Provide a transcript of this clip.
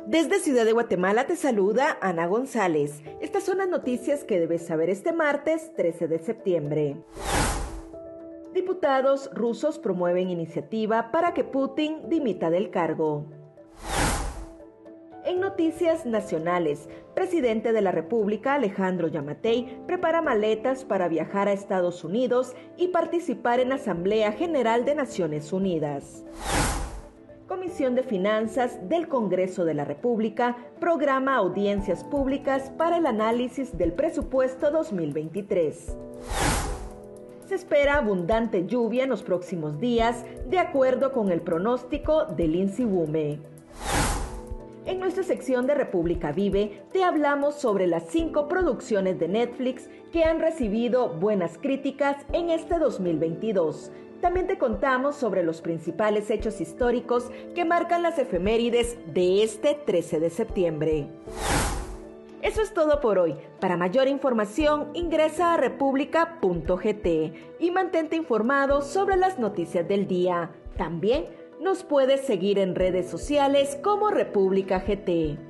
Desde Ciudad de Guatemala te saluda Ana González. Estas son las noticias que debes saber este martes 13 de septiembre. Diputados rusos promueven iniciativa para que Putin dimita del cargo. En noticias nacionales, presidente de la República, Alejandro Yamatei, prepara maletas para viajar a Estados Unidos y participar en la Asamblea General de Naciones Unidas. Comisión de Finanzas del Congreso de la República programa audiencias públicas para el análisis del presupuesto 2023. Se espera abundante lluvia en los próximos días, de acuerdo con el pronóstico del INSIBUME. En nuestra sección de República Vive, te hablamos sobre las 5 producciones de Netflix que han recibido buenas críticas en este 2022. También te contamos sobre los principales hechos históricos que marcan las efemérides de este 13 de septiembre. Eso es todo por hoy. Para mayor información, ingresa a república.gt y mantente informado sobre las noticias del día. También nos puedes seguir en redes sociales como República GT.